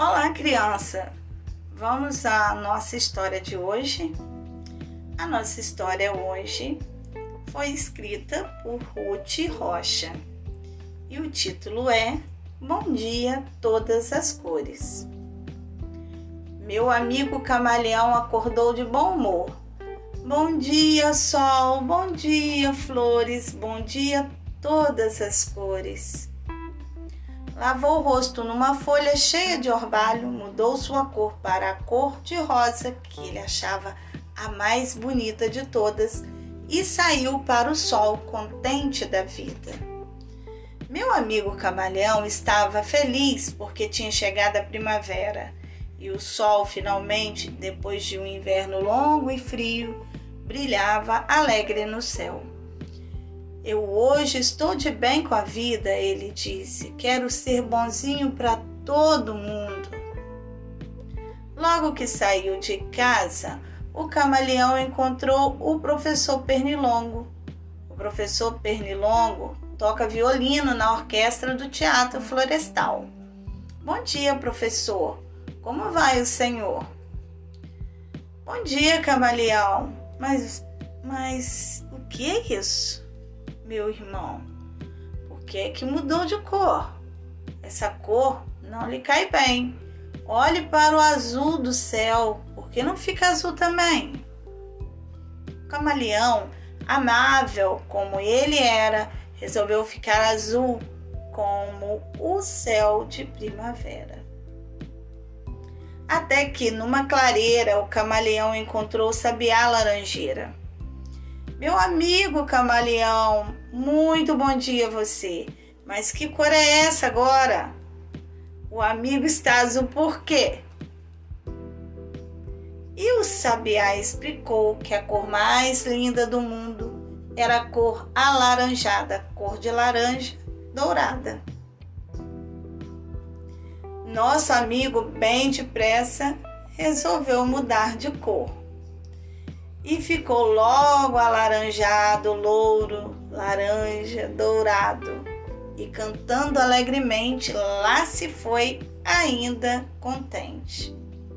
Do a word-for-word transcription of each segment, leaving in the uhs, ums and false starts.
Olá, criança! Vamos à nossa história de hoje. A nossa história hoje foi escrita por Ruth Rocha e o título é Bom Dia, Todas as Cores. Meu amigo camaleão acordou de bom humor. Bom dia, sol, bom dia, flores, bom dia, todas as cores. Lavou o rosto numa folha cheia de orvalho, mudou sua cor para a cor de rosa, que ele achava a mais bonita de todas, e saiu para o sol, contente da vida. Meu amigo camaleão estava feliz porque tinha chegado a primavera, e o sol finalmente, depois de um inverno longo e frio, brilhava alegre no céu. Eu hoje estou de bem com a vida, ele disse. Quero ser bonzinho para todo mundo. Logo que saiu de casa, o camaleão encontrou o professor Pernilongo. O professor Pernilongo toca violino na orquestra do Teatro Florestal. Bom dia, professor. Como vai o senhor? Bom dia, camaleão. Mas, mas o que é isso? Meu irmão, por que é que mudou de cor? Essa cor não lhe cai bem. Olhe para o azul do céu, por que não fica azul também? O camaleão, amável como ele era, resolveu ficar azul como o céu de primavera. Até que numa clareira o camaleão encontrou o sabiá laranjeira. Meu amigo camaleão, muito bom dia a você. Mas que cor é essa agora? O amigo está azul por quê? E o sabiá explicou que a cor mais linda do mundo era a cor alaranjada, cor de laranja dourada. Nosso amigo, bem depressa, resolveu mudar de cor. E ficou logo alaranjado, louro, laranja, dourado. E cantando alegremente, lá se foi, ainda contente.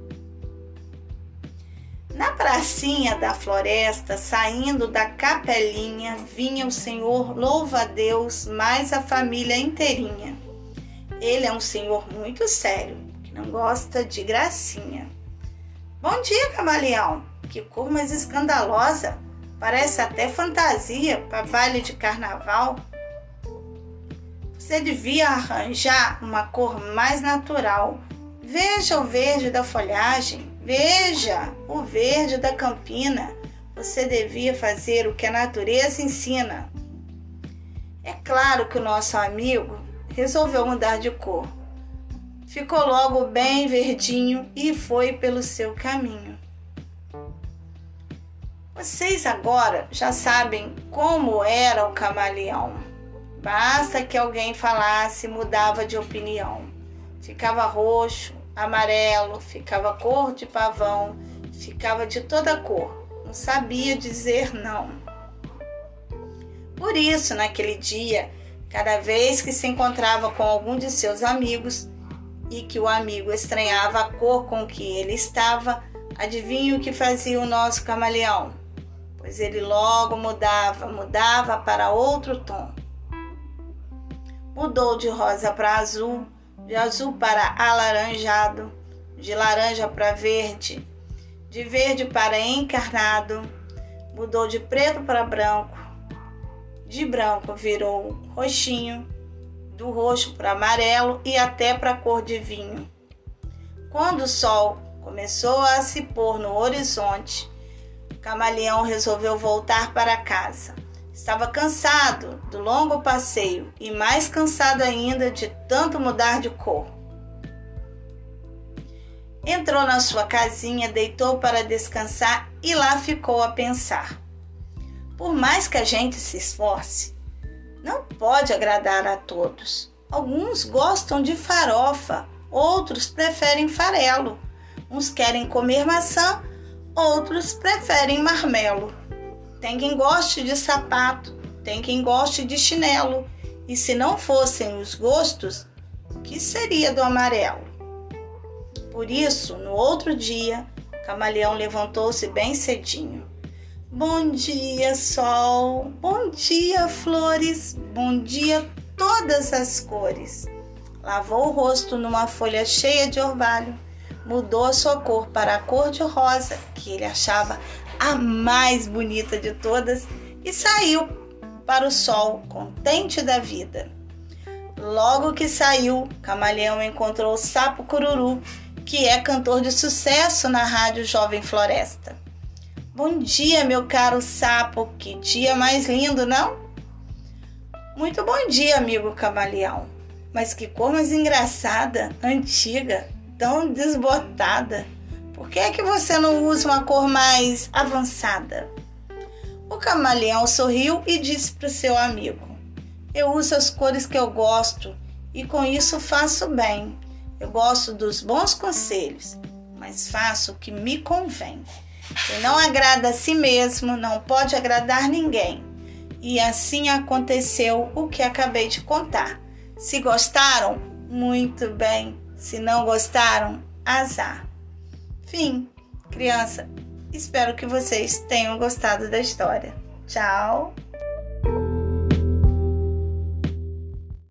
Na pracinha da floresta, saindo da capelinha, vinha o senhor louva-a-Deus, mais a família inteirinha. Ele é um senhor muito sério, que não gosta de gracinha. Bom dia, camaleão! Que cor mais escandalosa! Parece até fantasia para baile de carnaval. Você devia arranjar uma cor mais natural. Veja o verde da folhagem, veja o verde da campina. Você devia fazer o que a natureza ensina. É claro que o nosso amigo resolveu mudar de cor. Ficou logo bem verdinho e foi pelo seu caminho. Vocês agora já sabem como era o camaleão. Basta que alguém falasse, mudava de opinião. Ficava roxo, amarelo, ficava cor de pavão, ficava de toda cor. Não sabia dizer não. Por isso, naquele dia, cada vez que se encontrava com algum de seus amigos e que o amigo estranhava a cor com que ele estava, adivinha o que fazia o nosso camaleão? Pois ele logo mudava, mudava para outro tom. Mudou de rosa para azul, de azul para alaranjado, de laranja para verde, de verde para encarnado, mudou de preto para branco, de branco virou roxinho, do roxo para amarelo e até para cor de vinho. Quando o sol começou a se pôr no horizonte, o camaleão resolveu voltar para casa. Estava cansado do longo passeio e mais cansado ainda de tanto mudar de cor. Entrou na sua casinha, deitou para descansar e lá ficou a pensar. Por mais que a gente se esforce, não pode agradar a todos. Alguns gostam de farofa, outros preferem farelo. Uns querem comer maçã, outros preferem marmelo. Tem quem goste de sapato, tem quem goste de chinelo. E se não fossem os gostos, o que seria do amarelo? Por isso, no outro dia, o camaleão levantou-se bem cedinho. Bom dia, sol, bom dia, flores, bom dia, todas as cores. Lavou o rosto numa folha cheia de orvalho, mudou a sua cor para a cor de rosa, que ele achava a mais bonita de todas, e saiu para o sol, contente da vida. Logo que saiu, o camaleão encontrou o Sapo Cururu, que é cantor de sucesso na rádio Jovem Floresta. Bom dia, meu caro sapo, que dia mais lindo, não? Muito bom dia, amigo camaleão. Mas que cor mais engraçada, antiga, tão desbotada. Por que é que você não usa uma cor mais avançada? O camaleão sorriu e disse para o seu amigo: eu uso as cores que eu gosto e com isso faço bem. Eu gosto dos bons conselhos, mas faço o que me convém. Quem não agrada a si mesmo não pode agradar ninguém. E assim aconteceu o que acabei de contar. Se gostaram, muito bem. Se não gostaram, azar. Fim. Criança, espero que vocês tenham gostado da história. Tchau!